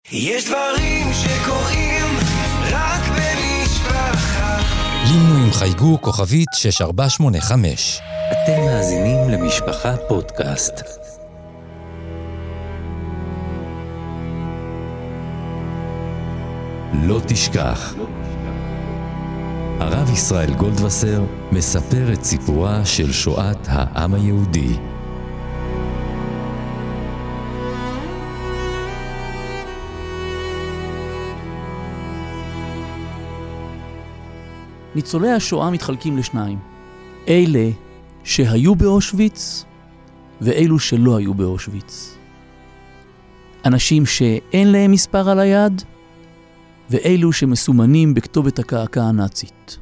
יש דברים שקורים רק במשפחה. לינו עם חייגו כוכבית 6485. אתם מאזינים למשפחה פודקאסט. לא תשכח. הרב ישראל גולדווסר מספר את סיפורה של שואת העם היהודי. ניצולי השואה מתחלקים לשניים. אלה שהיו באושוויץ ואלו שלא היו באושוויץ. אנשים שאין להם מספר על היד ואלו שמסומנים בכתובת הקעקע הנאצית.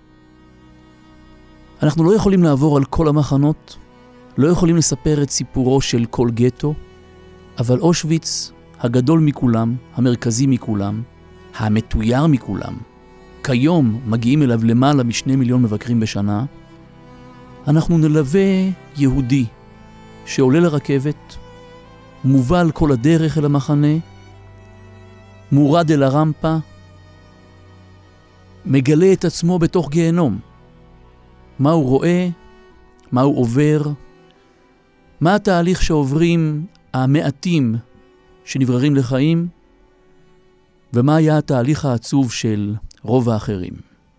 אנחנו לא יכולים לעבור על כל המחנות, לא יכולים לספר את סיפורו של כל גטו, אבל אושוויץ, הגדול מכולם, המרכזי מכולם, המתויר מכולם, כיום מגיעים אליו למעלה מ2 מיליון מבקרים בשנה. אנחנו נלווה יהודי שעולה לרכבת, מובל כל הדרך אל המחנה, מורד אל הרמפה, מגלה את עצמו בתוך גיהנום. מה הוא רואה, מה הוא עובר, מה התהליך שעוברים המעטים שנבררים לחיים, ומה היה התהליך העצוב של רוב האחרים.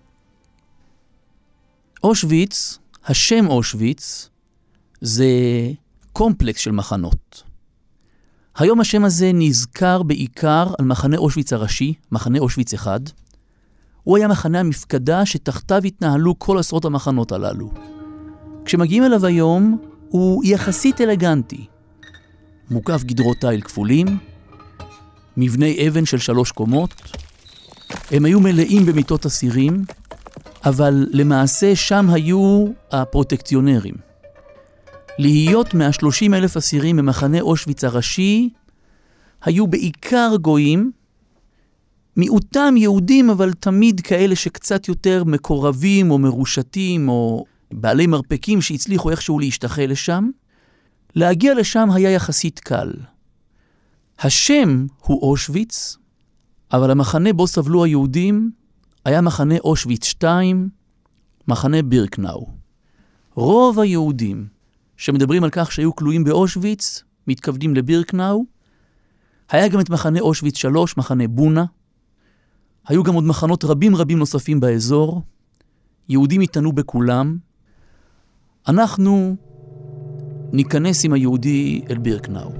אושוויץ, השם אושוויץ, זה קומפלקס של מחנות. היום השם הזה נזכר בעיקר על מחנה אושוויץ הראשי, מחנה אושוויץ 1. הוא היה מחנה המפקדה שתחתיו התנהלו כל עשרות המחנות הללו. כשמגיעים אליו היום, הוא יחסית אלגנטי. מוקף גדרות תיל כפולים, מבני אבן של 3 קומות, הם היו מלאים במיטות אסירים, אבל למעשה שם היו הפרוטקציונרים. להיות 130,000 אסירים במחנה אושוויץ הראשי, היו בעיקר גויים, מיעוטם יהודים, אבל תמיד כאלה שקצת יותר מקורבים או מרושתים או בעלי מרפקים שהצליחו איכשהו להשתחל לשם. להגיע לשם היה יחסית קל. השם הוא אושוויץ, אבל המחנה בו סבלו היהודים היה מחנה אושוויץ 2, מחנה בירקנאו. רוב היהודים שמדברים על כך שהיו כלואים באושוויץ, מתכוונים לבירקנאו. היה גם את מחנה אושוויץ 3, מחנה בונה. היו גם עוד מחנות רבים נוספים באזור. יהודים התענו בכולם. אנחנו ניכנס עם היהודי אל בירקנאו.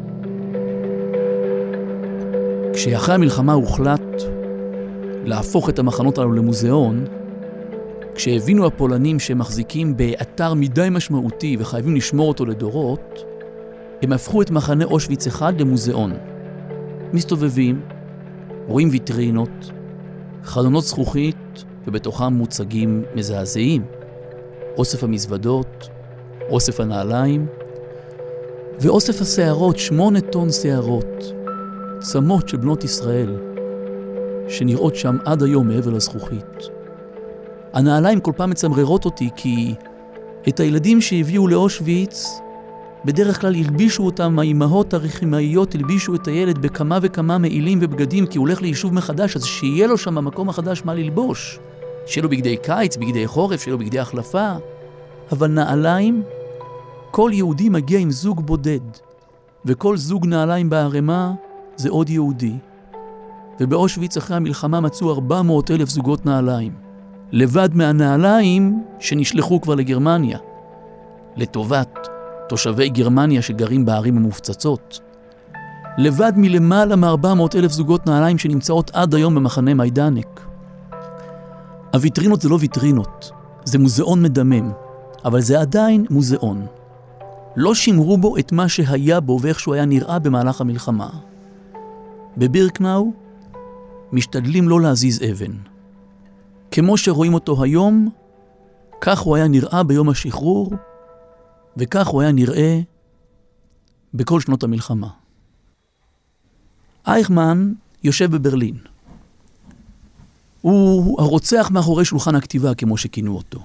כשאחרי המלחמה הוחלט להפוך את המחנות הללו למוזיאון, כשהבינו הפולנים שהם מחזיקים באתר מדי משמעותי וחייבים לשמור אותו לדורות, הם הפכו את מחנה אושוויץ 1 למוזיאון. מסתובבים, רואים ויטרינות, חלונות זכוכית ובתוכם מוצגים מזעזעים, אוסף המזוודות, אוסף הנעליים ואוסף השערות, 8 טון שערות, צמות של בנות ישראל, שנראות שם עד היום מעבר לזכוכית. הנעליים כל פעם מצמררות אותי, כי את הילדים שהביאו לאושוויץ, בדרך כלל הלבישו אותם, האימהות הרחימאיות הלבישו את הילד בכמה וכמה מעילים ובגדים, כי הוא הולך ליישוב מחדש, אז שיהיה לו שם במקום החדש מה ללבוש. שיהיה לו בגדי קיץ, בגדי חורף, שיהיה לו בגדי החלפה. אבל נעליים, כל יהודי מגיע עם זוג בודד, וכל זוג נעליים בערימה זה עוד יהודי. ובאושוויץ אחרי המלחמה מצאו 400,000 זוגות נעליים. לבד מהנעליים שנשלחו כבר לגרמניה, לטובת תושבי גרמניה שגרים בערים המופצצות. לבד מלמעלה מ400,000 זוגות נעליים שנמצאות עד היום במחנה מיידנק. הוויטרינות זה לא ויטרינות, זה מוזיאון מדמם, אבל זה עדיין מוזיאון. לא שימרו בו את מה שהיה בו ואיך שהוא היה נראה במהלך המלחמה. בבירקנאו משתדלים לא להזיז אבן. כמו שרואים אותו היום, כך הוא היה נראה ביום השחרור, וכך הוא היה נראה בכל שנות המלחמה. אייכמן יושב בברלין. הוא הרוצח מאחורי שולחן הכתיבה, כמו שכינו אותו.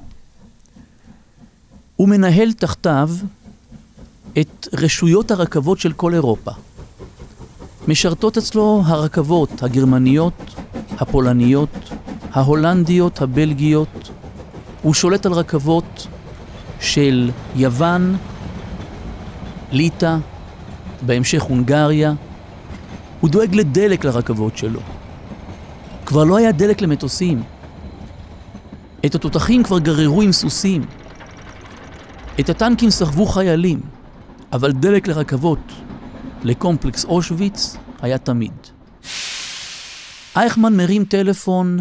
הוא מנהל תחתיו את רשויות הרכבות של כל אירופה. משרתות אצלו הרכבות הגרמניות, הפולניות, ההולנדיות, הבלגיות. הוא שולט על רכבות של יוון, ליטא, בהמשך הונגריה. הוא דואג לדלק לרכבות שלו. כבר לא היה דלק למטוסים. את התותחים כבר גררו עם סוסים. את הטנקים סחבו חיילים. אבל דלק לרכבות, לקומפלקס אושוויץ, היה תמיד. אייכמן מרים טלפון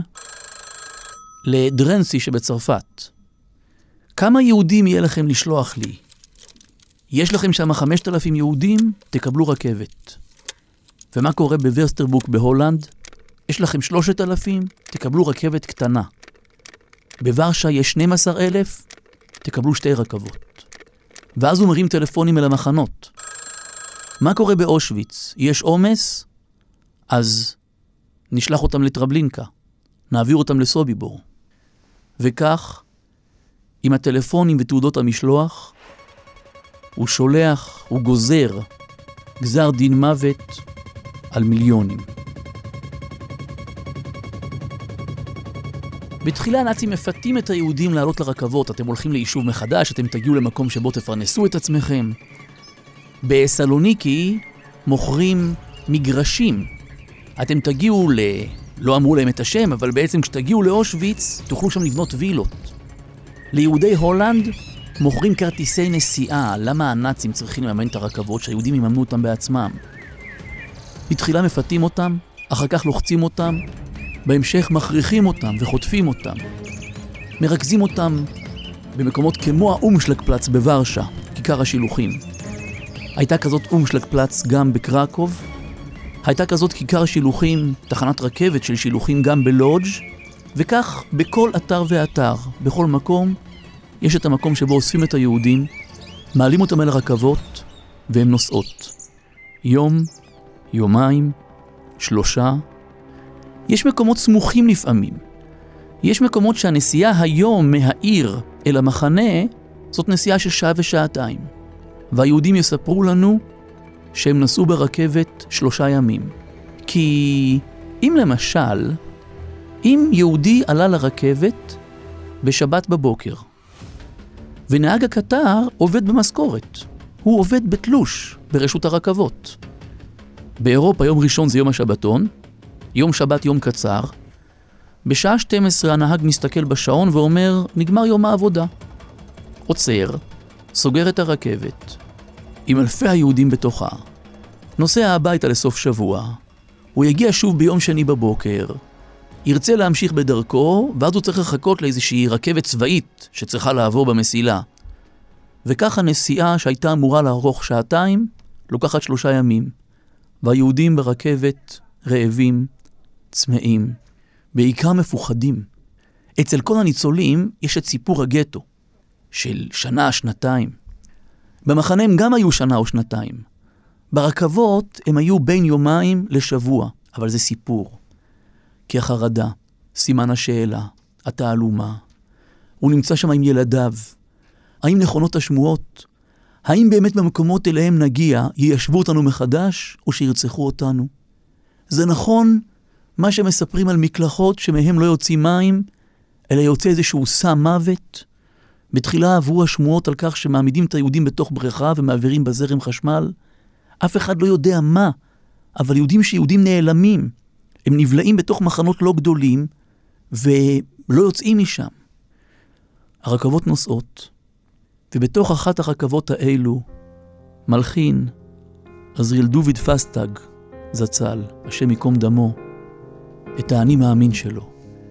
לדרנסי שבצרפת. כמה יהודים יהיה לכם לשלוח לי? יש לכם שם 5,000 יהודים, תקבלו רכבת. ומה קורה בווסטרבוק בהולנד? יש לכם 3,000, תקבלו רכבת קטנה. בוורשה יש 12,000, תקבלו 2 רכבות. ואז הוא מרים טלפונים אל המחנות. מה קורה באושוויץ? יש עומס? אז נשלח אותם לטרבלינקה. נעביר אותם לסוביבור. וכך, עם הטלפונים ותעודות המשלוח, הוא שולח, הוא גוזר, גזר דין מוות על מיליונים. בתחילה הנאצים מפתים את היהודים לעלות לרכבות. אתם הולכים ליישוב מחדש, אתם תגיעו למקום שבו תפרנסו את עצמכם. בסלוניקי מוכרים מגרשים. אתם תגיעו לא אמרו להם את השם, אבל בעצם כשתגיעו לאושוויץ, תוכלו שם לבנות וילות. ליהודי הולנד מוכרים כרטיסי נסיעה. למה הנאצים צריכים לממן את הרכבות שהיהודים יממנו אותם בעצמם? בתחילה מפתים אותם, אחר כך לוחצים אותם, בהמשך מכריחים אותם וחוטפים אותם. מרכזים אותם במקומות כמו האומשלגפלץ בוורשה, כיכר השילוחים. הייתה כזאת אוממשלגפלץ גם בקרקוב, הייתה כזאת כיכר שילוחים, תחנת רכבת של שילוחים גם בלודג', וכך בכל אתר ואתר, בכל מקום, יש את המקום שבו אוספים את היהודים, מעלים אותם אל הרכבות, והם נוסעות. יום, יומיים, 3. יש מקומות סמוכים לפעמים. יש מקומות שהנסיעה היום מהעיר אל המחנה, זאת נסיעה של 1 שעה ו2 שעות. והיהודים יספרו לנו שהם נסעו ברכבת 3 ימים. כי אם למשל, אם יהודי עלה לרכבת בשבת בבוקר, ונהג הקטר עובד במשכורת, הוא עובד בתלוש ברשות הרכבות. באירופה יום ראשון זה יום השבתון, יום שבת יום קצר. בשעה 12 הנהג מסתכל בשעון ואומר, נגמר יום העבודה. עוצר, סוגר את הרכבת, עם אלפי היהודים בתוכה, נוסע הביתה לסוף שבוע, הוא יגיע שוב ביום שני בבוקר, ירצה להמשיך בדרכו, ואז הוא צריך לחכות לאיזושהי רכבת צבאית שצריכה לעבור במסילה. וכך הנסיעה שהייתה אמורה לארוך 2 שעות, לוקחת 3 ימים. והיהודים ברכבת רעבים, צמאים, בעיקר מפוחדים. אצל כל הניצולים יש את סיפור הגטו, של 1-2 שנים. במחנה הם גם היו 1 או 2 שנים. ברכבות הם היו בין 2 ימים לשבוע, אבל זה סיפור. כי החרדה, סימן השאלה, התעלומה. הוא נמצא שם עם ילדיו. האם נכונות השמועות? האם באמת במקומות אליהם נגיע יישבו אותנו מחדש או שירצחו אותנו? זה נכון מה שמספרים על מקלחות שמהם לא יוצאים מים, אלא יוצא איזשהו סם מוות. בתחילה עברו השמועות על כך שמעמידים את היהודים בתוך בריכה ומעבירים בזרם חשמל. אף אחד לא יודע מה, אבל יהודים נעלמים. הם נבלעים בתוך מחנות לא גדולים ולא יוצאים משם. הרכבות נוסעות, ובתוך אחת הרכבות האלו מלחין עזריאל דוד פסטג זצ"ל, השם יקום דמו, את האני מאמין שלו.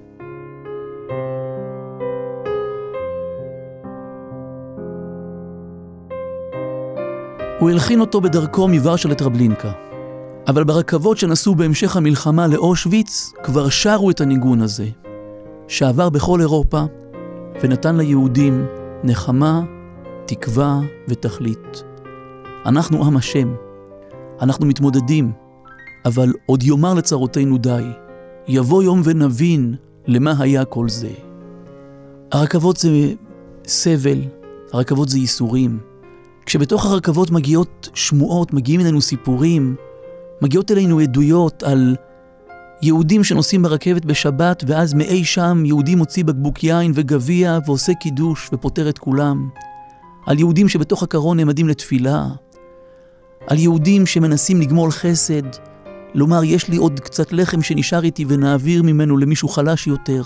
הוא הלחין אותו בדרכו מוורשה לטרבלינקה. אבל ברכבות שנסעו בהמשך המלחמה לאושוויץ כבר שרו את הניגון הזה, שעבר בכל אירופה ונתן ליהודים נחמה, תקווה ותכלית. אנחנו עם השם, אנחנו מתמודדים, אבל עוד יאמר לצרותינו די. יבוא יום ונבין למה היה כל זה. הרכבות זה סבל, הרכבות זה ייסורים. כשבתוך הרכבות מגיעות שמועות, מגיעים אלינו סיפורים, מגיעות אלינו עדויות על יהודים שנוסעים ברכבת בשבת, ואז מאי שם יהודי מוציא בקבוק יין וגביע ועושה קידוש ופותר את כולם. על יהודים שבתוך הקרון נעמדים לתפילה. על יהודים שמנסים לגמול חסד, לומר יש לי עוד קצת לחם שנשאר איתי ונעביר ממנו למישהו חלש יותר.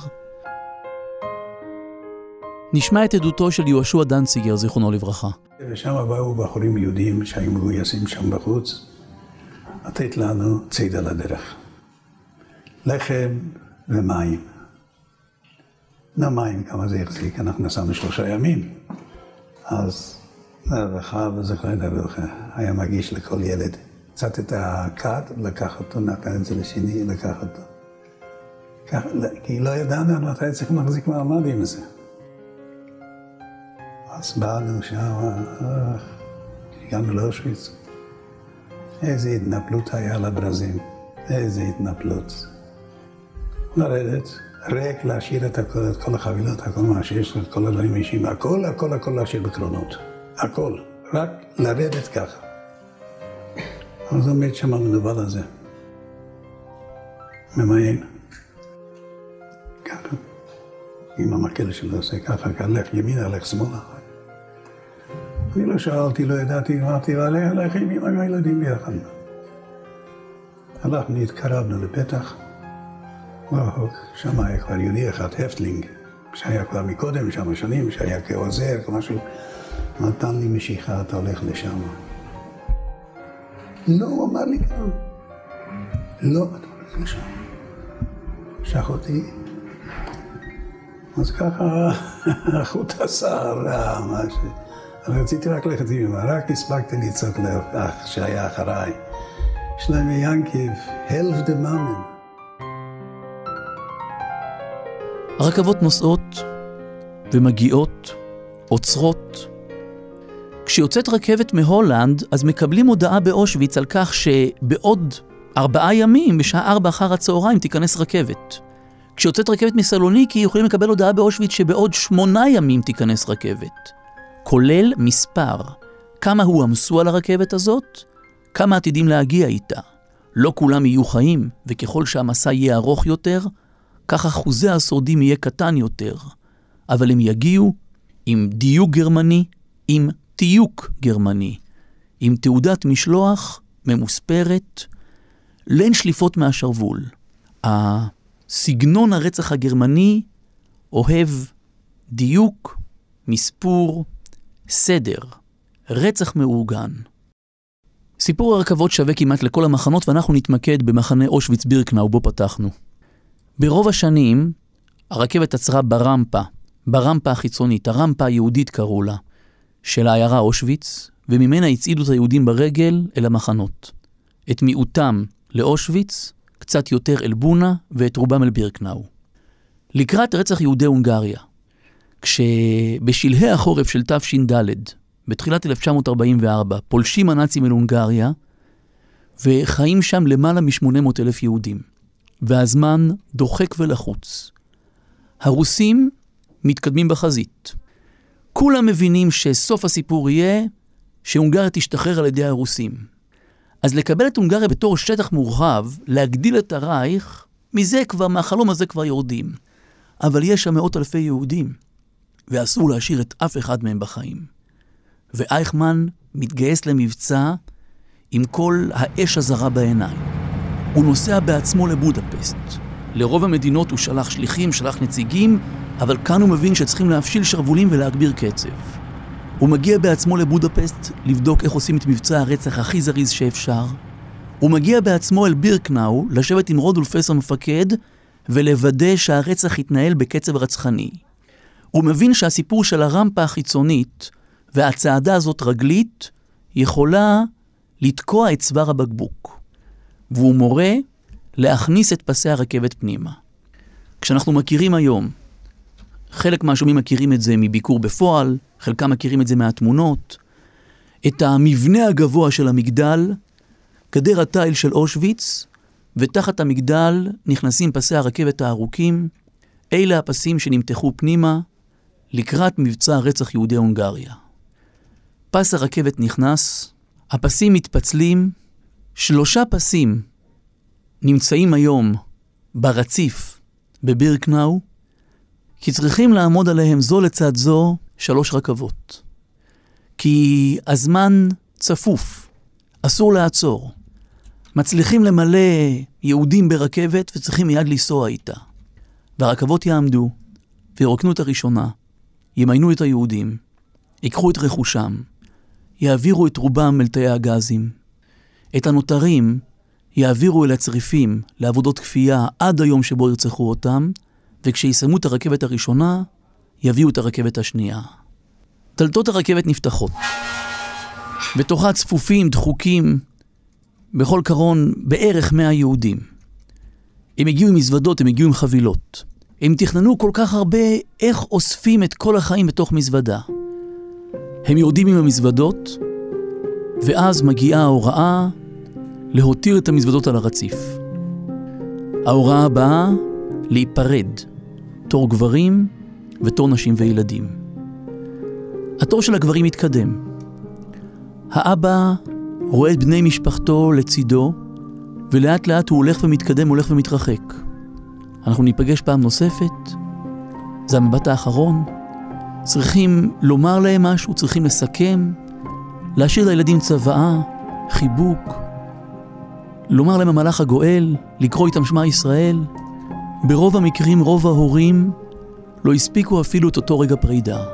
נשמע את עדותו של יהושע דנציגר, זיכרונו לברכה. ושם באו בחורים יהודים שהיו מגויסים שם בחוץ, לתת לנו ציד על הדרך. לחם ומים. מים, כמה זה החזיק, אנחנו נסענו 3 ימים. אז הרווחה וזכרי דברך היה מגיש לכל ילד. קצת את הכד, לקח אותו, נתן את זה לשני, לקח אותו. כי לא ידענו, מתי צריך להחזיק מעמד עם זה. אז באנו שם, הגענו לאושוויץ. איזה התנפלות היה לברזים, איזה התנפלות. לרדת, רק להשאיר את כל החבילות, הכל מה שיש, את כל הדברים אישיים, הכל להשאיר בקרונות. הכל, רק לרדת ככה. אז עומד שם המנוול הזה. ממיין. ככה. עם המקל שלו עושה ככה, הלך ימינה, הלך שמאלה. אני לא שאלתי, לא ידעתי, אמרתי, הלך עם הילדים ביחד. הלכנו, התקרבנו לפתח. שם היה כבר יהודי אחד, הפטלינג, שהיה כבר מקודם, שם שנים, שהיה כעוזר, כמשהו. נתן לי משיכה, אתה הולך לשם. לא, הוא אמר לי כאן. לא, אתה הולך לשם. שח אותי. אז ככה, החוט עשה רע, משהו. אבל רציתי רק ללכת עם אמא, רק הספקתי לצעוק לאח שהיה אחריי. יש להם ינקיב, הלף דמאמן. הרכבות נוסעות ומגיעות, עוצרות. כשיוצאת רכבת מהולנד, אז מקבלים הודעה באושוויץ על כך שבעוד 4 ימים, בשעה 4 אחר הצהריים, תיכנס רכבת. כשיוצאת רכבת מסלוניקי, יכולים לקבל הודעה באושוויץ שבעוד 8 ימים תיכנס רכבת. כולל מספר. כמה הוא עמסו על הרכבת הזאת? כמה עתידים להגיע איתה? לא כולם יהיו חיים, וככל שהמסע יהיה ארוך יותר, כך אחוזי השורדים יהיה קטן יותר. אבל הם יגיעו עם דיוק גרמני, עם תיוק גרמני, עם תעודת משלוח ממוספרת, לאין שליפות מהשרוול. הסגנון הרצח הגרמני אוהב דיוק, מספור, סדר, רצח מאורגן. סיפור הרכבות שווה כמעט לכל המחנות, ואנחנו נתמקד במחנה אושוויץ בירקנאו בו פתחנו. ברוב השנים הרכבת עצרה ברמפה החיצונית, הרמפה היהודית קראו לה, של העיירה אושוויץ, וממנה הצעידו את היהודים ברגל אל המחנות. את מיעוטם לאושוויץ, קצת יותר אל בונה, ואת רובם אל בירקנאו. לקראת רצח יהודי הונגריה, כשבשלהי החורף של תש"ד, בתחילת 1944, פולשים הנאצים אל הונגריה, וחיים שם למעלה מ-800,000 יהודים. והזמן דוחק ולחוץ. הרוסים מתקדמים בחזית. כולם מבינים שסוף הסיפור יהיה שהונגריה תשתחרר על ידי הרוסים. אז לקבל את הונגריה בתור שטח מורחב, להגדיל את הרייך, מהחלום הזה כבר יורדים. אבל יש שם 100,000 יהודים, ואסור להשאיר את אף אחד מהם בחיים. ואייכמן מתגייס למבצע עם כל האש הזרה בעיניים. הוא נוסע בעצמו לבודפסט. לרוב המדינות הוא שלח שליחים, שלח נציגים, אבל כאן הוא מבין שצריכים להפשיל שרבולים ולהגביר קצב. הוא מגיע בעצמו לבודפסט לבדוק איך עושים את מבצע הרצח הכי זריז שאפשר. הוא מגיע בעצמו אל בירקנאו לשבת עם רודולף הס המפקד ולוודא שהרצח יתנהל בקצב רצחני. הוא מבין שהסיפור של הרמפה החיצונית והצעדה הזאת רגלית יכולה לתקוע את צוואר הבקבוק. והוא מורה להכניס את פסי הרכבת פנימה. כשאנחנו מכירים היום, חלק מהשומעים מכירים את זה מביקור בפועל, חלקם מכירים את זה מהתמונות, את המבנה הגבוה של המגדל, גדר התיל של אושוויץ, ותחת המגדל נכנסים פסי הרכבת הארוכים, אלה הפסים שנמתחו פנימה, לקראת מבצע רצח יהודי הונגריה. פס הרכבת נכנס, הפסים מתפצלים, 3 פסים נמצאים היום ברציף בבירקנאו, כי צריכים לעמוד עליהם זו לצד זו 3 רכבות. כי הזמן צפוף, אסור לעצור. מצליחים למלא יהודים ברכבת וצריכים מיד לנסוע איתה. והרכבות יעמדו וירוקנו את הראשונה, ימיינו את היהודים, ייקחו את רכושם, יעבירו את רובם אל תאי הגזים. את הנותרים יעבירו אל הצריפים לעבודות כפייה עד היום שבו ירצחו אותם, וכשיסיימו את הרכבת הראשונה, יביאו את הרכבת השנייה. דלתות הרכבת נפתחות. בתוכה צפופים, דחוקים, בכל קרון בערך 100 יהודים. הם הגיעו עם מזוודות, הם הגיעו עם חבילות. הם תכננו כל כך הרבה איך אוספים את כל החיים בתוך מזוודה. הם יורדים עם המזוודות, ואז מגיעה ההוראה להותיר את המזוודות על הרציף. ההוראה הבאה, להיפרד, תור גברים ותור נשים וילדים. התור של הגברים מתקדם. האבא רואה את בני משפחתו לצידו, ולאט לאט הוא הולך ומתקדם, הולך ומתרחק. אנחנו ניפגש פעם נוספת, זה המבט האחרון, צריכים לומר להם משהו, צריכים לסכם, להשאיר לילדים צוואה, חיבוק, לומר להם המלאך הגואל, לקרוא איתם שמע ישראל. ברוב המקרים, רוב ההורים לא הספיקו אפילו את אותו רגע פרידה.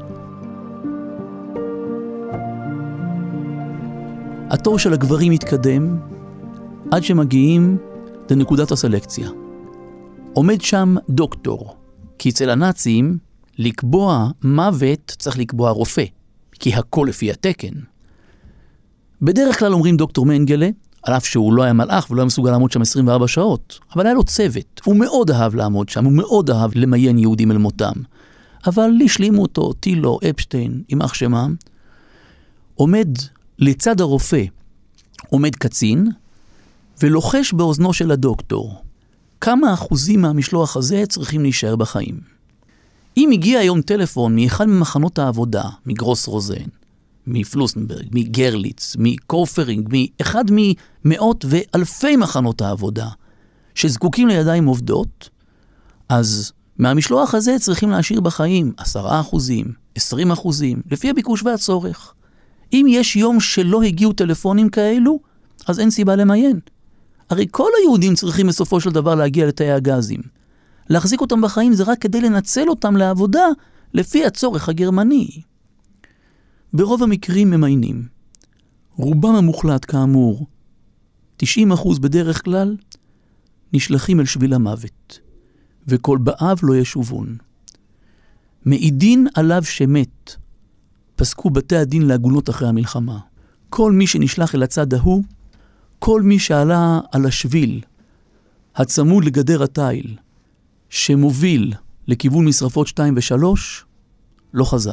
התור של הגברים מתקדם עד שמגיעים לנקודת הסלקציה. עומד שם דוקטור, כי אצל הנאצים לקבוע מוות צריך לקבוע רופא, כי הכל לפי התקן. בדרך כלל אומרים דוקטור מנגלה, על אף שהוא לא היה מלאך ולא היה מסוגל לעמוד שם 24 שעות, אבל היה לו צוות, הוא מאוד אהב לעמוד שם, הוא מאוד אהב למיין יהודים אל מותם. אבל השלימו אותו, טילו, אפשטיין, יימח שמם, עומד לצד הרופא, עומד קצין, ולוחש באוזנו של הדוקטור, כמה אחוזים מהמשלוח הזה צריכים להישאר בחיים. אם הגיע היום טלפון מאחד ממחנות העבודה, מגרוס רוזן, מפלוסנברג, מגרליץ, מקורפרינג, מאחד ממאות ואלפי מחנות העבודה, שזקוקים לידיים עובדות, אז מהמשלוח הזה צריכים להשאיר בחיים 10%, 20%, לפי הביקוש והצורך. אם יש יום שלא הגיעו טלפונים כאלו, אז אין סיבה למיין. הרי כל היהודים צריכים בסופו של דבר להגיע לתאי הגזים. להחזיק אותם בחיים זה רק כדי לנצל אותם לעבודה לפי הצורך הגרמני. ברוב המקרים ממיינים. רובם המוחלט כאמור, 90% בדרך כלל, נשלחים אל שביל המוות, וכל באב לא ישובון. מעידין עליו שמת, פסקו בתי הדין לעגונות אחרי המלחמה. כל מי שנשלח אל הצד ההוא, כל מי שעלה על השביל, הצמוד לגדר התיל, שמוביל לכיוון משרפות 2 ו3, לא חזר.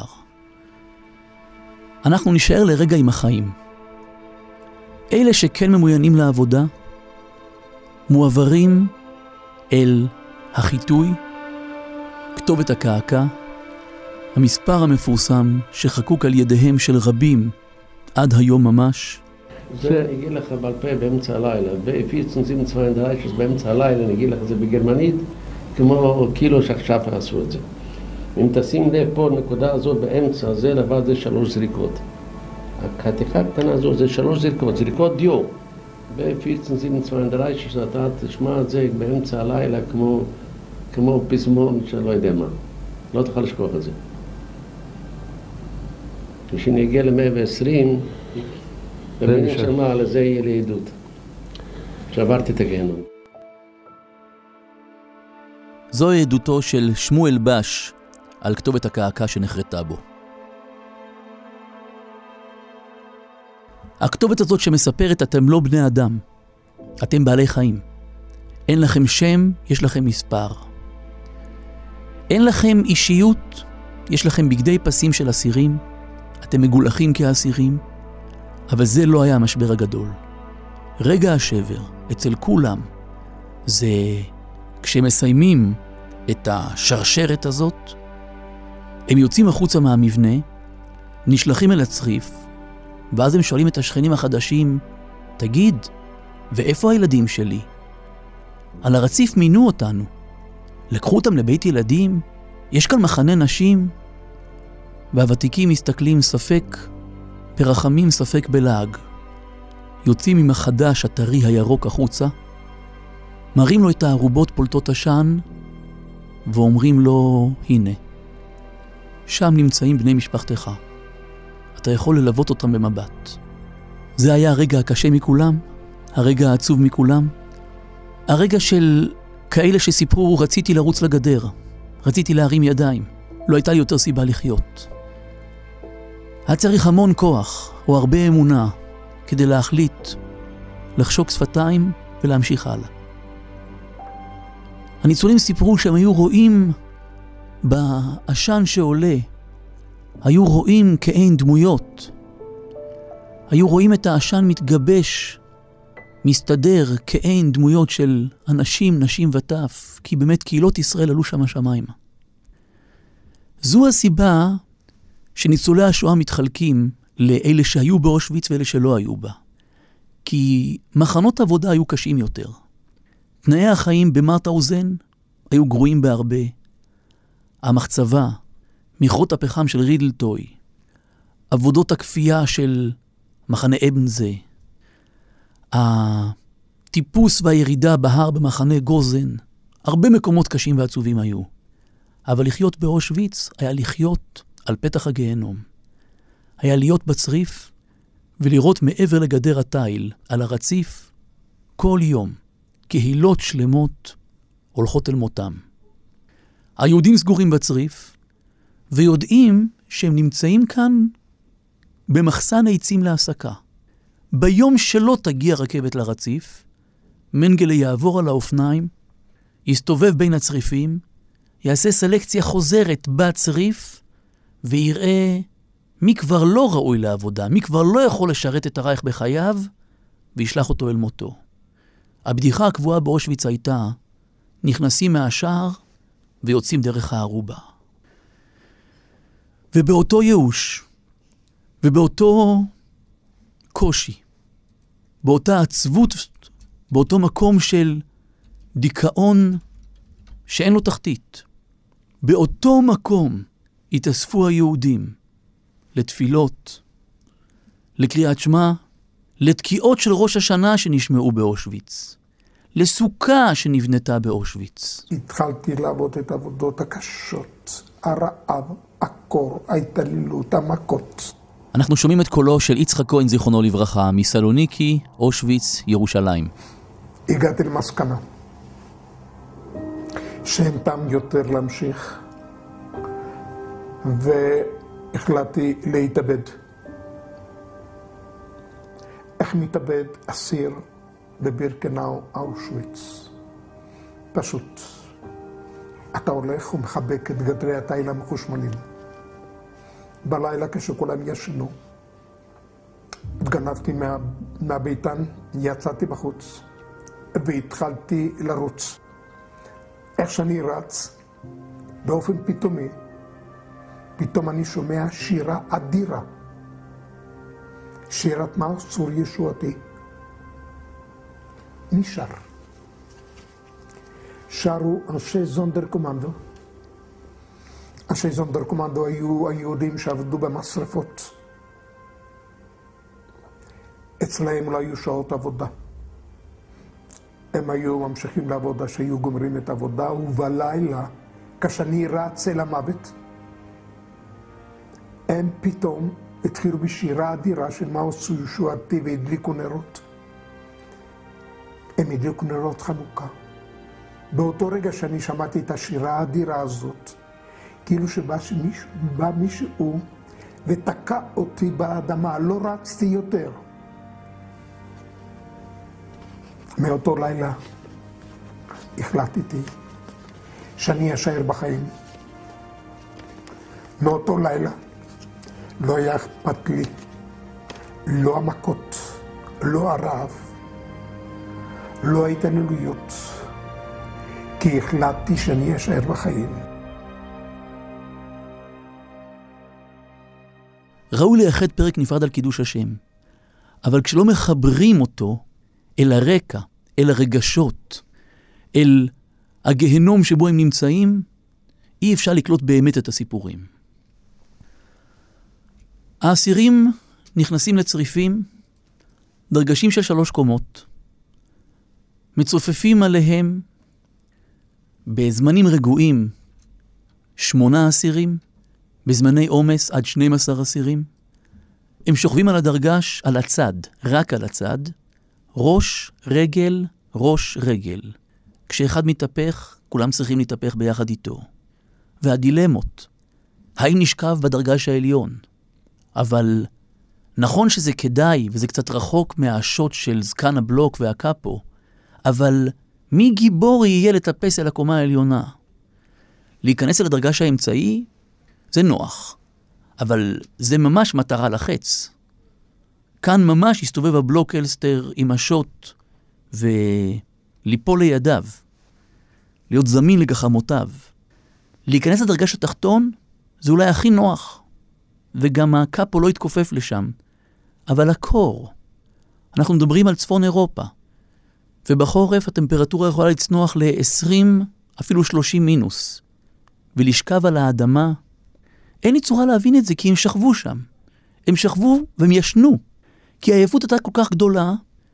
אנחנו נשאר לרגע עם החיים. אלה שכן ממוינים לעבודה, מועברים אל החיתוי, כתובת הקעקע, המספר המפורסם שחקוק על ידיהם של רבים עד היום ממש. זה אני אגיד לך בעל פה באמצע הלילה, ב-1432, באמצע הלילה, אני אגיד לך זה בגרמנית, כמו קילו שעכשיו עשו את זה. אם תשים לב פה, נקודה הזאת באמצע, זה לבד זה 3 זריקות. החתיכה הקטנה הזו זה 3 זריקות, זריקות דיו. ב-1432, שאתה תשמע את זה באמצע הלילה כמו פזמון שלא יודע מה. לא תוכל לשכוח את זה. כשאני אגיע ל-120, במילים של מה, לזה יהיה לי עדות. שעברתי את הגיהנום. זוהי עדותו של שמואל בש על כתובת הקעקע שנחרטה בו. הכתובת הזאת שמספרת, אתם לא בני אדם, אתם בעלי חיים. אין לכם שם, יש לכם מספר. אין לכם אישיות, יש לכם בגדי פסים של אסירים, אתם מגולחים כאסירים, אבל זה לא היה המשבר הגדול. רגע השבר אצל כולם זה כשמסיימים את השרשרת הזאת, הם יוצאים החוצה מהמבנה, נשלחים אל הצריף, ואז הם שואלים את השכנים החדשים, תגיד, ואיפה הילדים שלי? על הרציף מינו אותנו. לקחו אותם לבית ילדים? יש כאן מחנה נשים? והוותיקים מסתכלים ספק ברחמים ספק בלעג. יוצאים עם החדש הטרי הירוק החוצה, מראים לו את הערובות פולטות עשן, ואומרים לו, הנה, שם נמצאים בני משפחתך. אתה יכול ללוות אותם במבט. זה היה הרגע הקשה מכולם, הרגע העצוב מכולם, הרגע של כאלה שסיפרו, רציתי לרוץ לגדר, רציתי להרים ידיים, לא הייתה לי יותר סיבה לחיות. היה צריך המון כוח, או הרבה אמונה, כדי להחליט, לחשוק שפתיים ולהמשיך הלאה. הניצולים סיפרו שהם היו רואים בעשן שעולה, היו רואים כאין דמויות, היו רואים את העשן מתגבש, מסתדר כאין דמויות של אנשים, נשים וטף, כי באמת קהילות ישראל עלו שם השמיימה. זו הסיבה שניצולי השואה מתחלקים לאלה שהיו באושוויץ ואלה שלא היו בה. כי מחנות עבודה היו קשים יותר. תנאי החיים במאוטהאוזן היו גרועים בהרבה. המחצבה, מכרות הפחם של רידלטוי, עבודות הכפייה של מחנה אבנזה, הטיפוס והירידה בהר במחנה גוזן, הרבה מקומות קשים ועצובים היו. אבל לחיות באושוויץ היה לחיות על פתח הגיהנום. היה להיות בצריף ולראות מעבר לגדר התיל, על הרציף, כל יום, קהילות שלמות הולכות אל מותם. היהודים סגורים בצריף, ויודעים שהם נמצאים כאן במחסן העצים להסקה. ביום שלא תגיע רכבת לרציף, מנגלה יעבור על האופניים, יסתובב בין הצריפים, יעשה סלקציה חוזרת בצריף, ויראה מי כבר לא ראוי לעבודה, מי כבר לא יכול לשרת את הרייך בחייו, וישלח אותו אל מותו. הבדיחה הקבועה באושוויץ הייתה, נכנסים מהשער ויוצאים דרך הערובה. ובאותו ייאוש, ובאותו קושי, באותה עצבות, באותו מקום של דיכאון שאין לו תחתית, באותו מקום התאספו היהודים לתפילות, לקריאת שמע, לתקיעות של ראש השנה שנשמעו באושוויץ, לסוכה שנבנתה באושוויץ. התחלתי לעבוד את העבודות הקשות, הרעב, הקור, ההתעללות, המכות. אנחנו שומעים את קולו של יצחק כהן זיכרונו לברכה, מסלוניקי, אושוויץ, ירושלים. הגעתי למסקנה שאין טעם יותר להמשיך, והחלטתי להתאבד. איך מתאבד אסיר בבירקנאו, אושוויץ? פשוט. אתה הולך ומחבק את גדרי התיל המחושמלים. בלילה כשכולם ישנו, התגנבתי מהביתן, יצאתי בחוץ, והתחלתי לרוץ. איך שאני רץ, באופן פתאומי, פתאום אני שומע שירה אדירה. שירת מה? צור ישועתי. מי שר? שרו אנשי זונדר קומנדו. אנשי זונדר קומנדו היו היהודים שעבדו במשרפות. אצלהם לא היו שעות עבודה. הם היו ממשיכים לעבודה שהיו גומרים את העבודה, ובלילה, כשאני רץ אל המוות, הם פתאום התחילו בשירה אדירה של מה עשו ישועתי והדליקו נרות. הם הדליקו נרות חנוכה. באותו רגע שאני שמעתי את השירה האדירה הזאת, כאילו שבא מישהו ותקע אותי באדמה, לא רצתי יותר. מאותו לילה החלטתי שאני אשאר בחיים. מאותו לילה לא היה אכפת לי, לא המכות, לא הרעב, לא ההתעללויות, כי החלטתי שאני אשאר בחיים. ראוי לייחד פרק נפרד על קידוש השם, אבל כשלא מחברים אותו אל הרקע, אל הרגשות, אל הגהנום שבו הם נמצאים, אי אפשר לקלוט באמת את הסיפורים. האסירים נכנסים לצריפים, דרגשים של 3 קומות, מצופפים עליהם בזמנים רגועים 8 אסירים, בזמני עומס עד 12 אסירים. הם שוכבים על הדרגש, על הצד, רק על הצד, ראש, רגל, ראש, רגל. כשאחד מתהפך, כולם צריכים להתהפך ביחד איתו. והדילמות, האם נשכב בדרגש העליון? אבל נכון שזה כדאי, וזה קצת רחוק מהשוט של זקן הבלוק והקאפו, אבל מי גיבור יהיה לטפס אל הקומה העליונה? להיכנס אל הדרגש האמצעי, זה נוח. אבל זה ממש מטרה לחץ. כאן ממש הסתובב הבלוק אלסטר עם השוט וליפול לידיו. להיות זמין לגחמותיו. להיכנס לדרגש התחתון זה אולי הכי נוח. וגם הקאפו לא יתכופף לשם. אבל הקור, אנחנו מדברים על צפון אירופה. ובחורף הטמפרטורה יכולה לצנוח ל-20, אפילו 30 מינוס. ולשכב על האדמה, אין לי צורה להבין את זה, כי הם שכבו שם. הם שכבו והם ישנו. כי העייפות הייתה כל כך גדולה,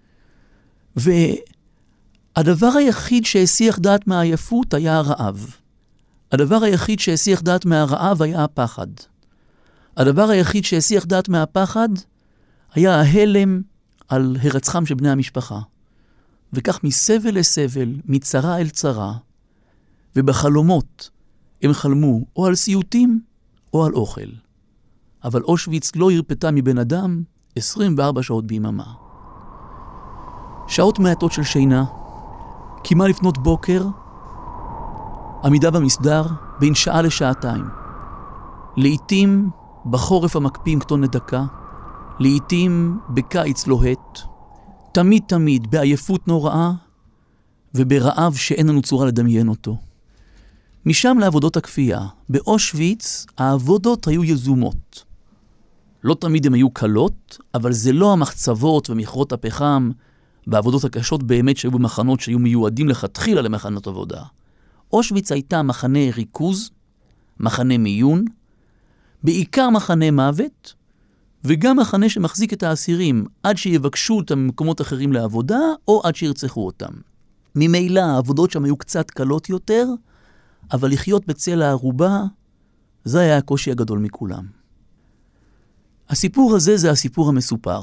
והדבר היחיד שהסיח דעת מהעייפות היה הרעב. הדבר היחיד שהסיח דעת מהרעב היה הפחד. הדבר היחיד שהסיח דעת מהפחד היה ההלם על הרצחם של בני המשפחה. וכך מסבל לסבל, מצרה אל צרה, ובחלומות הם חלמו או על סיוטים או על אוכל. אבל אושוויץ לא הרפתה מבן אדם 24 שעות ביממה. שעות מעטות של שינה, כמעט לפנות בוקר, עמידה במסדר בין שעה לשעתיים. לעתים בחורף המקפיא כתון לדקה, לעתים בקיץ לוהט, תמיד בעייפות נוראה וברעב שאין לנו צורה לדמיין אותו. משם לעבודות הכפייה. באושוויץ העבודות היו יזומות. לא תמיד הן היו קלות, אבל זה לא המחצבות ומכרות הפחם בעבודות הקשות באמת שהיו במחנות שהיו מיועדים לכתחילה למחנות עבודה. אושוויץ הייתה מחנה ריכוז, מחנה מיון, בעיקר מחנה מוות, וגם מחנה שמחזיק את האסירים עד שיבקשו אותם ממקומות אחרים לעבודה, או עד שירצחו אותם. ממילא העבודות שם היו קצת קלות יותר, אבל לחיות בצל הערובה, זה היה הקושי הגדול מכולם. הסיפור הזה זה הסיפור המסופר.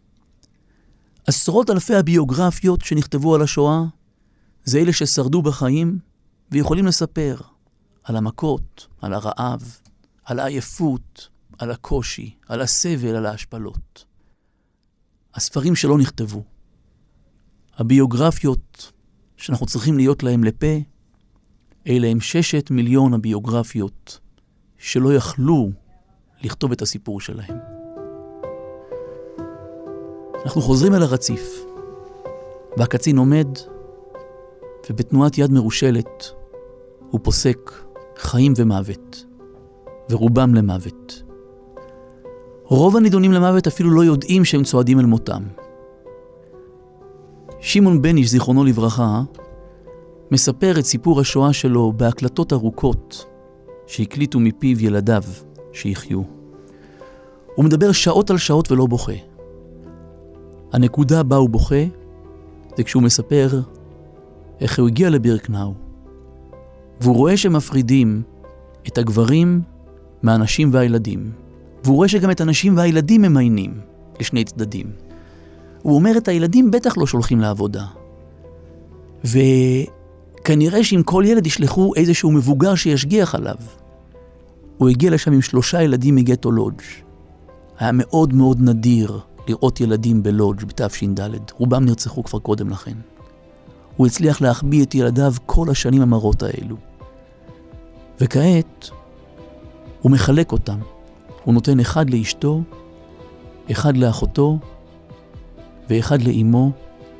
עשרות אלפי הביוגרפיות שנכתבו על השואה, זה אלה ששרדו בחיים ויכולים לספר על המכות, על הרעב, על העייפות, על הקושי, על הסבל, על ההשפלות. הספרים שלא נכתבו, הביוגרפיות שאנחנו צריכים להיות להם לפה, אלה הם 6 מיליון הביוגרפיות שלא יכלו לכתוב את הסיפור שלהם. אנחנו חוזרים אל הרציף, והקצין עומד, ובתנועת יד מרושלת הוא פוסק חיים ומוות, ורובם למוות. רוב הנידונים למוות אפילו לא יודעים שהם צועדים אל מותם. שמעון בניש, זיכרונו לברכה, מספר את סיפור השואה שלו בהקלטות ארוכות שהקליטו מפיו ילדיו שיחיו. הוא מדבר שעות על שעות ולא בוכה. הנקודה בה הוא בוכה זה כשהוא מספר איך הוא הגיע לבירקנאו, והוא רואה שמפרידים את הגברים מהנשים והילדים, והוא רואה שגם את הנשים והילדים ממיינים לשני צדדים. הוא אומר את הילדים בטח לא שולחים לעבודה, וכנראה שאם כל ילד ישלחו איזשהו מבוגר שישגיח עליו. הוא הגיע לשם עם 3 ילדים מגטו לודג'. היה מאוד מאוד נדיר לראות ילדים בלודג' בתש"ד. רובם נרצחו כבר קודם לכן. הוא הצליח להחביא את ילדיו כל השנים המרות האלו. וכעת הוא מחלק אותם. הוא נותן 1 לאשתו, 1 לאחותו, ו1 לאמו,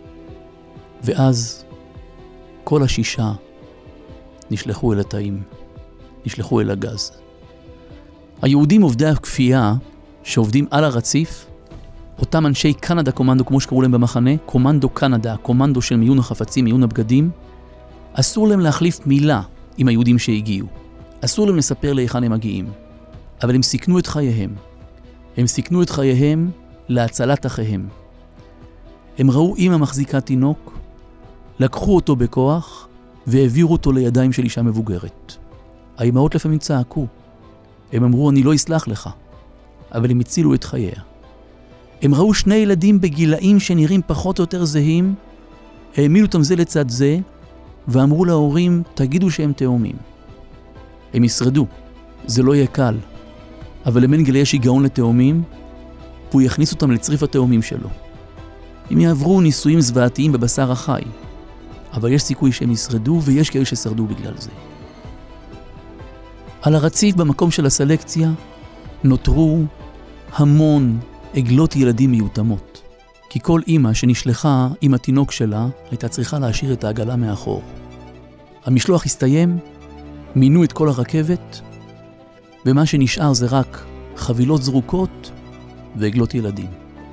ואז כל 6 נשלחו אל התאים, נשלחו אל הגז. היהודים עובדי הכפייה שעובדים על הרציף אותם אנשי קנדה קומנדו, כמו שקראו להם במחנה, קומנדו קנדה, קומנדו של מיון החפצים, מיון הבגדים, אסור להם להחליף מילה עם היהודים שהגיעו. אסור להם לספר להיכן הם מגיעים. אבל הם סיכנו את חייהם. הם סיכנו את חייהם להצלת אחיהם. הם ראו אמא מחזיקה תינוק, לקחו אותו בכוח והעבירו אותו לידיים של אישה מבוגרת. האימהות לפעמים צעקו. הם אמרו, אני לא אסלח לך. אבל הם הצילו את חייה. הם ראו שני ילדים בגילאים שנראים פחות או יותר זהים, העמילו אותם זה לצד זה, ואמרו להורים, תגידו שהם תאומים. הם ישרדו, זה לא יהיה קל, אבל למנגל יש היגעון לתאומים, והוא יכניס אותם לצריף התאומים שלו. הם יעברו ניסויים זוועתיים בבשר החי, אבל יש סיכוי שהם ישרדו, ויש כאלה ששרדו בגלל זה. על הרציף במקום של הסלקציה נותרו המון עגלות ילדים מיותמות, כי כל אמא שנשלחה עם התינוק שלה הייתה צריכה להשאיר את העגלה מאחור. המשלוח הסתיים, מינו את כל הרכבת, ומה שנשאר זה רק חבילות זרוקות ועגלות ילדים.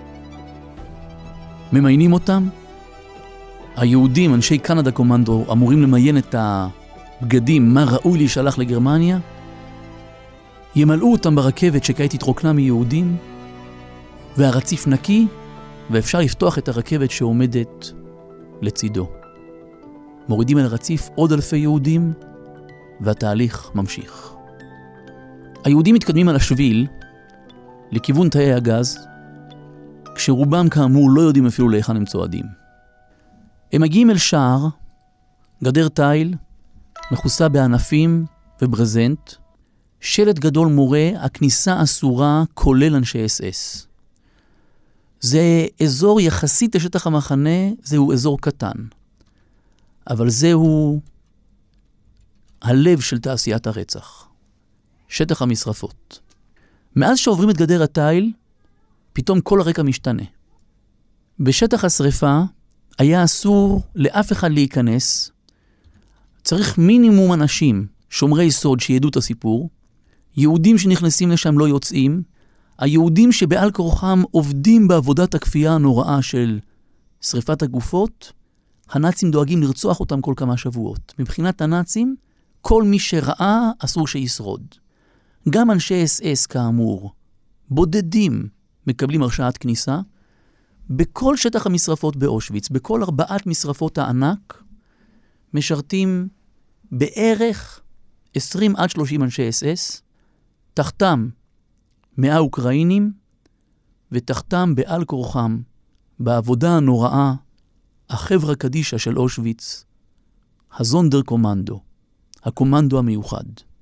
ממיינים אותם, היהודים, אנשי קנדה קומנדו, אמורים למיין את הבגדים, מה ראוי להישלח לגרמניה, ימלאו אותם ברכבת שכעת התרוקנה מיהודים, והרציף נקי, ואפשר לפתוח את הרכבת שעומדת לצידו. מורידים אל הרציף עוד אלפי יהודים, והתהליך ממשיך. היהודים מתקדמים על השביל לכיוון תאי הגז, כשרובם כאמור לא יודעים אפילו להיכן הם צועדים. הם מגיעים אל שער, גדר תיל, מכוסה בענפים וברזנט, שלט גדול מורה, הכניסה אסורה, כולל אנשי אס-אס. זה אזור יחסית לשטח המחנה, זהו אזור קטן. אבל זהו הלב של תעשיית הרצח. שטח המשרפות. מאז שעוברים את גדר התיל, פתאום כל הרקע משתנה. בשטח השריפה היה אסור לאף אחד להיכנס. צריך מינימום אנשים, שומרי סוד שידעו את הסיפור. יהודים שנכנסים לשם לא יוצאים. היהודים שבעל כורחם עובדים בעבודת הכפייה הנוראה של שריפת הגופות, הנאצים דואגים לרצוח אותם כל כמה שבועות. מבחינת הנאצים, כל מי שראה אסור שישרוד. גם אנשי אס-אס כאמור, בודדים מקבלים הרשאת כניסה. בכל שטח המשרפות באושוויץ, בכל 4 משרפות הענק, משרתים בערך 20 עד 30 אנשי אס-אס, תחתם 100 אוקראינים, ותחתם בעל כורחם, בעבודה הנוראה, החברה קדישה של אושוויץ, הזונדר קומנדו, הקומנדו המיוחד.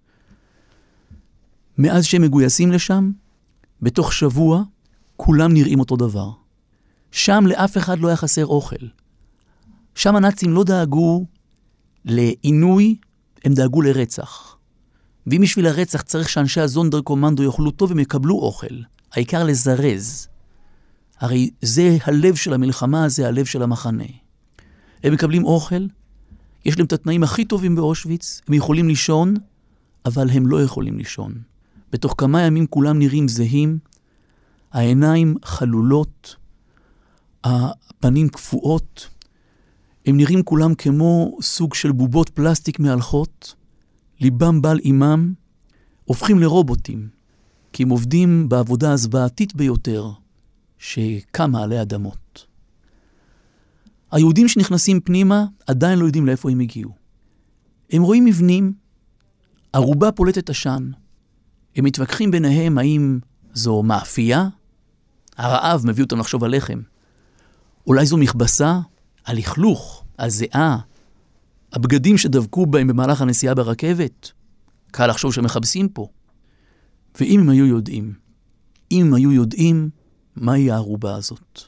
מאז שהם מגויסים לשם, בתוך שבוע, כולם נראים אותו דבר. שם לאף אחד לא היה חסר אוכל. שם הנאצים לא דאגו לעינוי, הם דאגו לרצח. ואם בשביל הרצח צריך שאנשי הזונדר קומנדו יאכלו טוב, הם יקבלו אוכל. העיקר לזרז. הרי זה הלב של המלחמה, זה הלב של המחנה. הם מקבלים אוכל, יש להם את התנאים הכי טובים באושוויץ, הם יכולים לישון, אבל הם לא יכולים לישון. בתוך כמה ימים כולם נראים זהים, העיניים חלולות, הפנים קפואות, הם נראים כולם כמו סוג של בובות פלסטיק מהלכות, ליבם בעל אימם, הופכים לרובוטים, כי הם עובדים בעבודה הזוועתית ביותר שקמה עלי אדמות. היהודים שנכנסים פנימה עדיין לא יודעים לאיפה הם הגיעו. הם רואים מבנים, ערובה פולטת עשן, הם מתווכחים ביניהם האם זו מאפייה, הרעב מביא אותם לחשוב על לחם, אולי זו מכבסה, הלכלוך, הזיעה, הבגדים שדבקו בהם במהלך הנסיעה ברכבת, קל לחשוב שמחבסים פה. ואם הם היו יודעים, אם הם היו יודעים, מהי הערובה הזאת?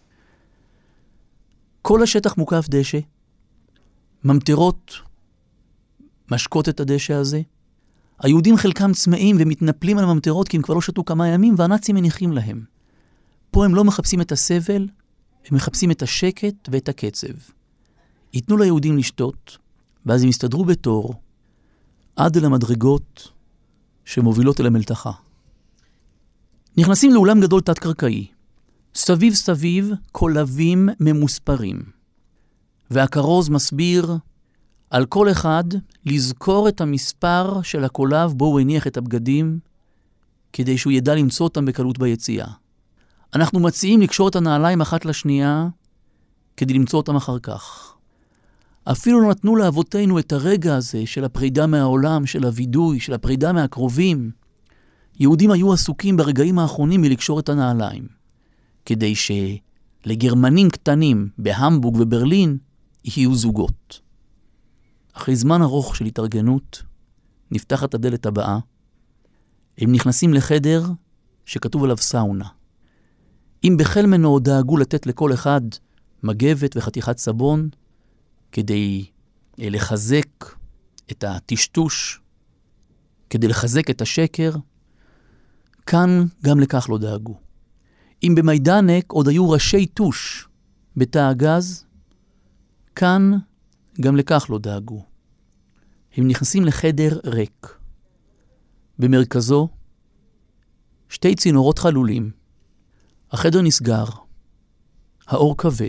כל השטח מוקף דשא, ממטרות משקות את הדשא הזה, היהודים חלקם צמאים ומתנפלים על הממטרות כי הם כבר לא שתו כמה ימים, והנאצים מניחים להם. פה הם לא מחפשים את הסבל, הם מחפשים את השקט ואת הקצב. ייתנו ליהודים לשתות, ואז הם יסתדרו בתור, עד אל המדרגות שמובילות אל המלתחה. נכנסים לאולם גדול תת-קרקעי. סביב סביב קולבים ממוספרים. והכרוז מסביר על כל אחד לזכור את המספר של הקולב בו הוא הניח את הבגדים, כדי שהוא ידע למצוא אותם בקלות ביציאה. אנחנו מציעים לקשור את הנעליים אחת לשנייה, כדי למצוא אותם אחר כך. אפילו לא נתנו לאבותינו את הרגע הזה של הפרידה מהעולם, של הוידוי, של הפרידה מהקרובים. יהודים היו עסוקים ברגעים האחרונים מלקשור את הנעליים, כדי שלגרמנים קטנים בהמבורג וברלין יהיו זוגות. אחרי זמן ארוך של התארגנות, נפתחת הדלת הבאה. הם נכנסים לחדר שכתוב עליו סאונה. אם בחלמנו דאגו לתת לכל אחד מגבת וחתיכת סבון, כדי לחזק את הטשטוש, כדי לחזק את השקר, כאן גם לכך לא דאגו. אם במיידנק עוד היו ראשי טוש בתא הגז, כאן גם לכך לא דאגו. הם נכנסים לחדר ריק. במרכזו, שתי צינורות חלולים. החדר נסגר. האור כבה.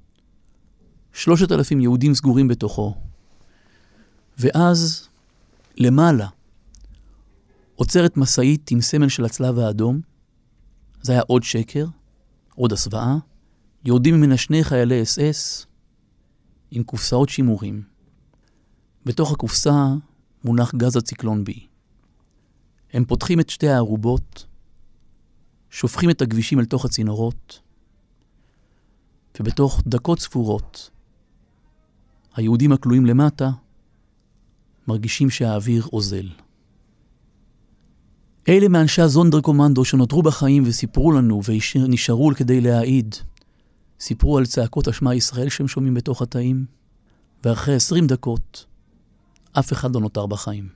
3,000 יהודים סגורים בתוכו. ואז, למעלה, עוצרת מסעית עם סמל של הצלב האדום. זה היה עוד שקר, עוד הסוואה. יורדים ממנה שני חיילי אס-אס עם קופסאות שימורים. בתוך הקופסה מונח גז הציקלון בי. הם פותחים את שתי הערובות, שופכים את הכבישים אל תוך הצינורות, ובתוך דקות ספורות, היהודים הכלואים למטה מרגישים שהאוויר עוזל. אלה מאנשי הזונדר קומנדו שנותרו בחיים וסיפרו לנו ונשארו כדי להעיד, סיפרו על צעקות השמע ישראל שהם שומעים בתוך התאים, ואחרי 20 דקות אף אחד לא נותר בחיים.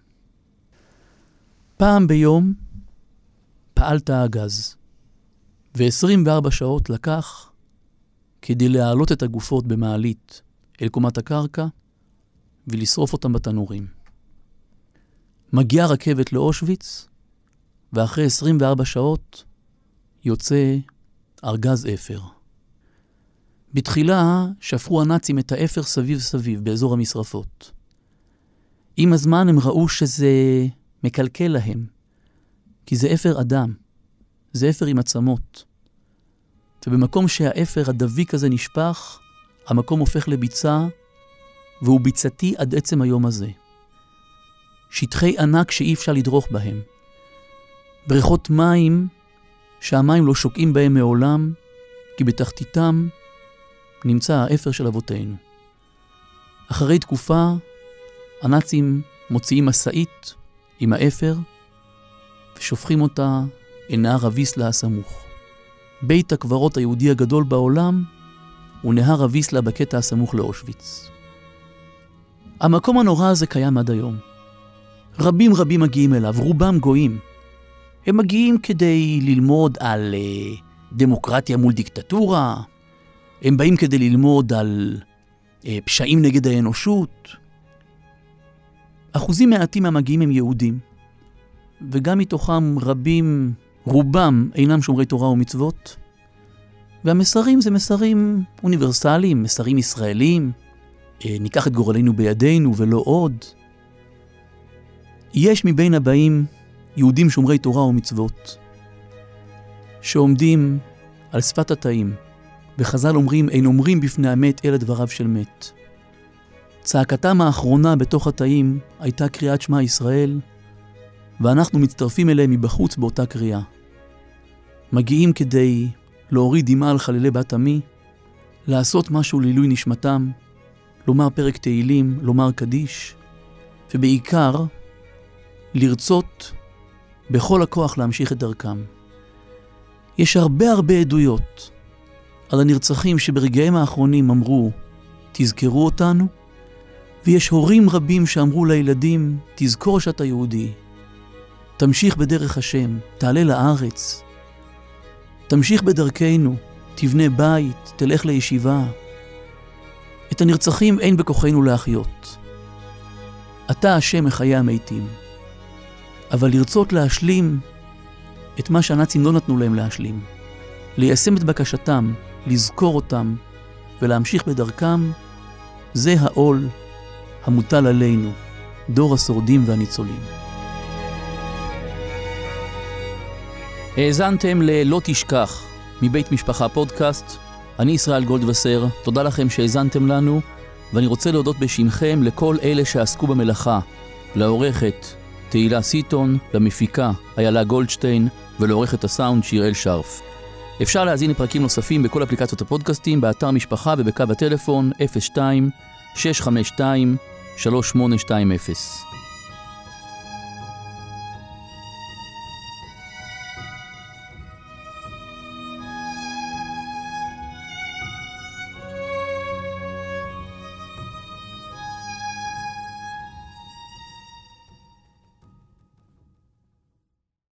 פעם ביום פעל תא הגז, ו24 שעות לקח כדי להעלות את הגופות במעלית אל קומת הקרקע ולשרוף אותם בתנורים. מגיעה רכבת לאושוויץ, ואחרי 24 שעות יוצא ארגז אפר. בתחילה שפרו הנאצים את האפר סביב סביב באזור המשרפות. עם הזמן הם ראו שזה מקלקל להם, כי זה אפר אדם, זה אפר עם עצמות. ובמקום שהאפר הדביק הזה נשפך, המקום הופך לביצה, והוא ביצתי עד עצם היום הזה. שטחי ענק שאי אפשר לדרוך בהם. בריכות מים שהמים לא שוקעים בהם מעולם, כי בתחתיתם נמצא האפר של אבותינו. אחרי תקופה, הנאצים מוציאים מסעית עם האפר, ושופכים אותה אל נהר הוויסלה הסמוך. בית הקברות היהודי הגדול בעולם הוא נהר הוויסלה בקטע הסמוך לאושוויץ. המקום הנורא הזה קיים עד היום. רבים מגיעים אליו, רובם גויים. הם מגיעים כדי ללמוד על דמוקרטיה מול דיקטטורה, הם באים כדי ללמוד על פשעים נגד האנושות. אחוזים מעטים המגיעים הם יהודים, וגם מתוכם רובם אינם שומרי תורה ומצוות, והמסרים זה מסרים אוניברסליים, מסרים ישראלים, ניקח את גורלנו בידינו ולא עוד. יש מבין הבאים יהודים שומרי תורה ומצוות, שעומדים על שפת התאים, וחז"ל אומרים, אין אומרים בפני המת אלה דבריו של מת. צעקתם האחרונה בתוך התאים הייתה קריאת שמע ישראל, ואנחנו מצטרפים אליהם מבחוץ באותה קריאה. מגיעים כדי להוריד דמעה על חללי בת עמי, לעשות משהו לעילוי נשמתם, לומר פרק תהילים, לומר קדיש, ובעיקר לרצות בכל הכוח להמשיך את דרכם. יש הרבה עדויות על הנרצחים שברגעים האחרונים אמרו, תזכרו אותנו, ויש הורים רבים שאמרו לילדים, תזכור שאתה יהודי, תמשיך בדרך השם, תעלה לארץ, תמשיך בדרכנו, תבנה בית, תלך לישיבה. את הנרצחים אין בכוחנו להחיות. אתה השם מחיה המתים. אבל לרצות להשלים את מה שהנאצים לא נתנו להם להשלים. ליישם את בקשתם, לזכור אותם ולהמשיך בדרכם, זה העול המוטל עלינו, דור השורדים והניצולים. האזנתם ל"לא תשכח" מבית משפחה פודקאסט. אני ישראל גולדווסר, תודה לכם שהאזנתם לנו, ואני רוצה להודות בשמכם לכל אלה שעסקו במלאכה, לעורכת תהילה סיטון, למפיקה איילה גולדשטיין ולעורכת הסאונד שיראל שרף. אפשר להזין לפרקים נוספים בכל אפליקציות הפודקאסטים, באתר משפחה ובקו הטלפון 02-652-3820.